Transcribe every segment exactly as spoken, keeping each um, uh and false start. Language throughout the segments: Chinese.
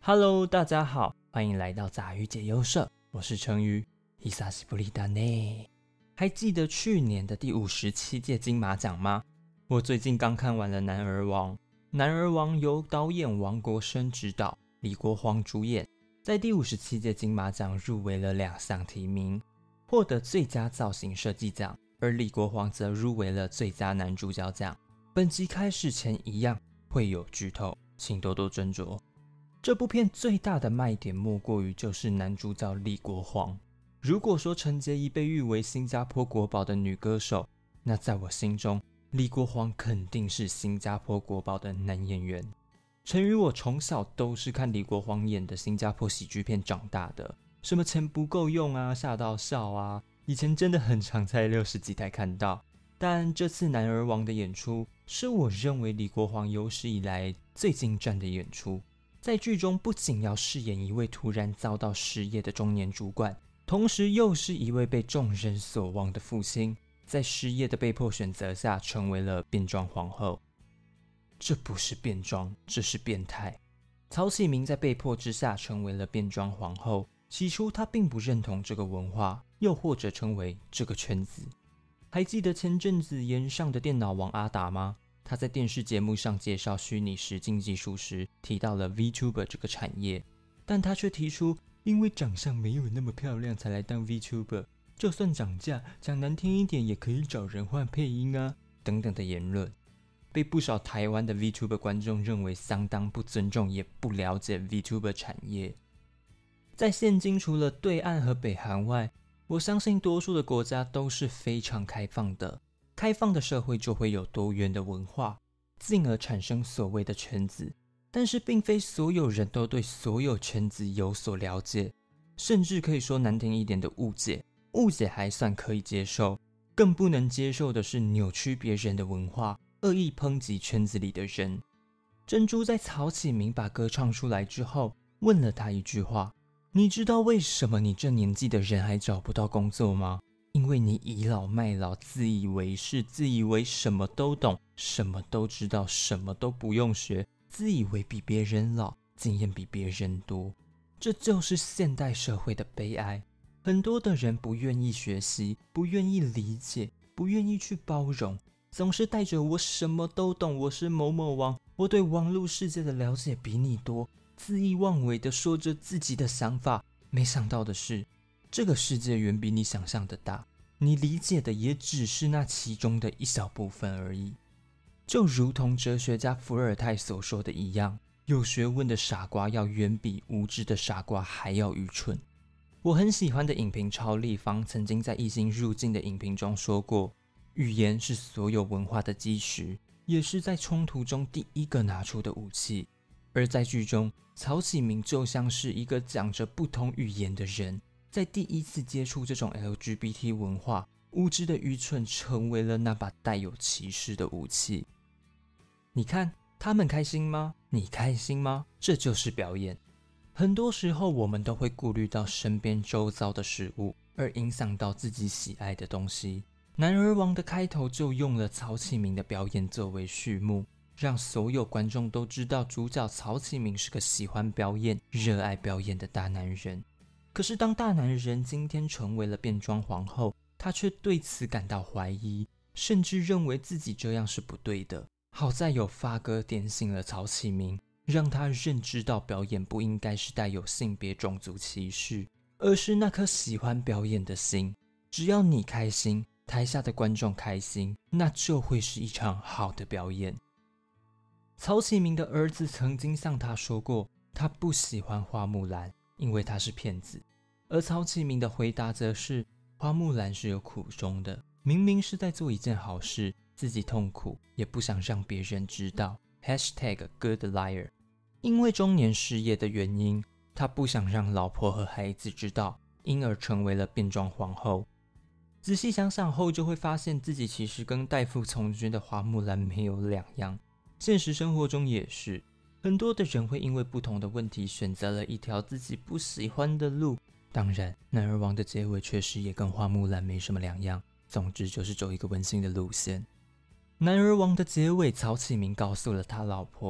Hello， 大家好，欢迎来到杂鱼解忧社，我是成鱼。伊萨西布利达内，还记得去年的第五十七届金马奖吗？我最近刚看完了《男儿王》，《男儿王》由导演王国生执导，李国煌主演，在第五十七届金马奖入围了两项提名，获得最佳造型设计奖，而李国煌则入围了最佳男主角奖。本集开始前一样会有剧透，请多多斟酌。这部片最大的卖点莫过于就是男主角李国煌。如果说陈洁仪被誉为新加坡国宝的女歌手，那在我心中李国煌肯定是新加坡国宝的男演员。诚于我从小都是看李国煌演的新加坡喜剧片长大的，什么钱不够用啊，吓到笑啊，以前真的很常在六十几台看到。但这次男儿王的演出是我认为李国煌有史以来最精湛的演出。在剧中不仅要饰演一位突然遭到失业的中年主管，同时又是一位被众人所望的父亲，在失业的被迫选择下成为了变装皇后。这不是变装，这是变态。曹启明在被迫之下成为了变装皇后，起初他并不认同这个文化，又或者称为这个圈子。还记得前阵子炎上的电脑王阿达吗？他在电视节目上介绍虚拟实境技术时提到了 VTuber 这个产业，但他却提出因为长相没有那么漂亮才来当 VTuber， 就算涨价讲难听一点也可以找人换配音啊等等的言论，被不少台湾的 VTuber 观众认为相当不尊重也不了解 VTuber 产业。在现今除了对岸和北韩外，我相信多数的国家都是非常开放的，开放的社会就会有多元的文化，进而产生所谓的圈子。但是并非所有人都对所有圈子有所了解，甚至可以说难听一点的误解。误解还算可以接受，更不能接受的是扭曲别人的文化，恶意抨击圈子里的人。珍珠在曹启明把歌唱出来之后，问了他一句话：你知道为什么你这年纪的人还找不到工作吗？因为你倚老卖老，自以为是，自以为什么都懂，什么都知道，什么都不用学，自以为比别人老，经验比别人多。这就是现代社会的悲哀。很多的人不愿意学习，不愿意理解，不愿意去包容，总是带着我什么都懂，我是某某王，我对网络世界的了解比你多，恣意妄为地说着自己的想法。没想到的是，这个世界远比你想象的大，你理解的也只是那其中的一小部分而已。就如同哲学家伏尔泰所说的一样，有学问的傻瓜要远比无知的傻瓜还要愚蠢。我很喜欢的影评超立方曾经在《异星入境》的影评中说过，语言是所有文化的基石，也是在冲突中第一个拿出的武器。而在剧中，曹启明就像是一个讲着不同语言的人，在第一次接触这种 L G B T 文化，无知的愚蠢成为了那把带有歧视的武器。你看，他们开心吗？你开心吗？这就是表演。很多时候我们都会顾虑到身边周遭的事物，而影响到自己喜爱的东西。男儿王的开头就用了曹启明的表演作为序幕，让所有观众都知道主角曹启明是个喜欢表演、热爱表演的大男人。可是当大男人今天成为了变装皇后，他却对此感到怀疑，甚至认为自己这样是不对的。好在有发哥点醒了曹启明，让他认知到表演不应该是带有性别种族歧视，而是那颗喜欢表演的心。只要你开心，台下的观众开心，那就会是一场好的表演。曹启明的儿子曾经向他说过，他不喜欢花木兰，因为他是骗子。而曹启明的回答则是，花木兰是有苦衷的，明明是在做一件好事，自己痛苦也不想让别人知道 hashtag good liar。 因为中年失业的原因，他不想让老婆和孩子知道，因而成为了变装皇后。仔细想想后，就会发现自己其实跟代父从军的花木兰没有两样。现实生活中也是，很多的人会因为不同的问题选择了一条自己不喜欢的路。当然，男儿王的结尾确实也跟花木兰没什么两样，总之就是走一个温馨的路线。男儿王的结尾，曹启明告诉了他老婆，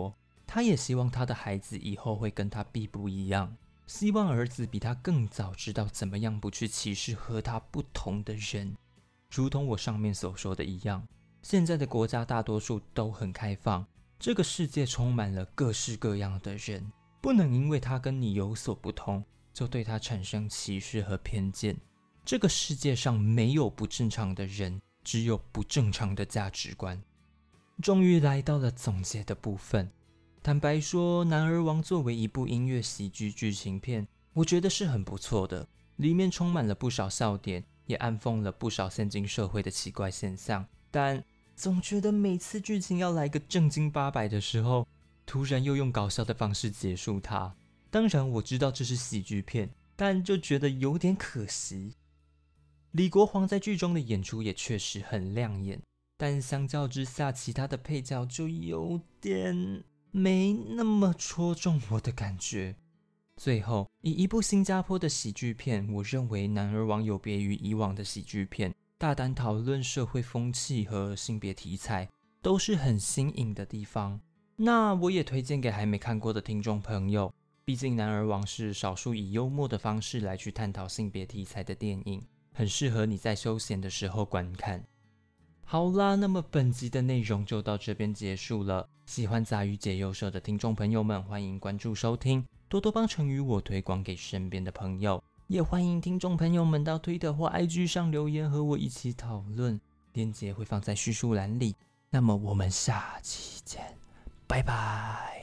他也希望他的孩子以后会跟他必不一样，希望儿子比他更早知道怎么样不去歧视和他不同的人。如同我上面所说的一样，现在的国家大多数都很开放，这个世界充满了各式各样的人，不能因为他跟你有所不同，就对他产生歧视和偏见。这个世界上没有不正常的人，只有不正常的价值观。终于来到了总结的部分。坦白说，《男儿王》作为一部音乐喜剧剧情片，我觉得是很不错的，里面充满了不少笑点，也暗讽了不少现今社会的奇怪现象，但总觉得每次剧情要来个正经八百的时候，突然又用搞笑的方式结束它。当然我知道这是喜剧片，但就觉得有点可惜。李国煌在剧中的演出也确实很亮眼，但相较之下，其他的配角就有点没那么戳中我的感觉。最后，以一部新加坡的喜剧片，我认为《男儿王》有别于以往的喜剧片，大胆讨论社会风气和性别题材，都是很新颖的地方。那我也推荐给还没看过的听众朋友，毕竟《男儿王》是少数以幽默的方式来去探讨性别题材的电影，很适合你在休闲的时候观看。好啦，那么本集的内容就到这边结束了。喜欢杂鱼解忧社的听众朋友们，欢迎关注收听，多多帮成语我推广给身边的朋友，也欢迎听众朋友们到 Twitter 或 I G 上留言和我一起讨论，链接会放在叙述栏里。那么我们下期见，拜拜。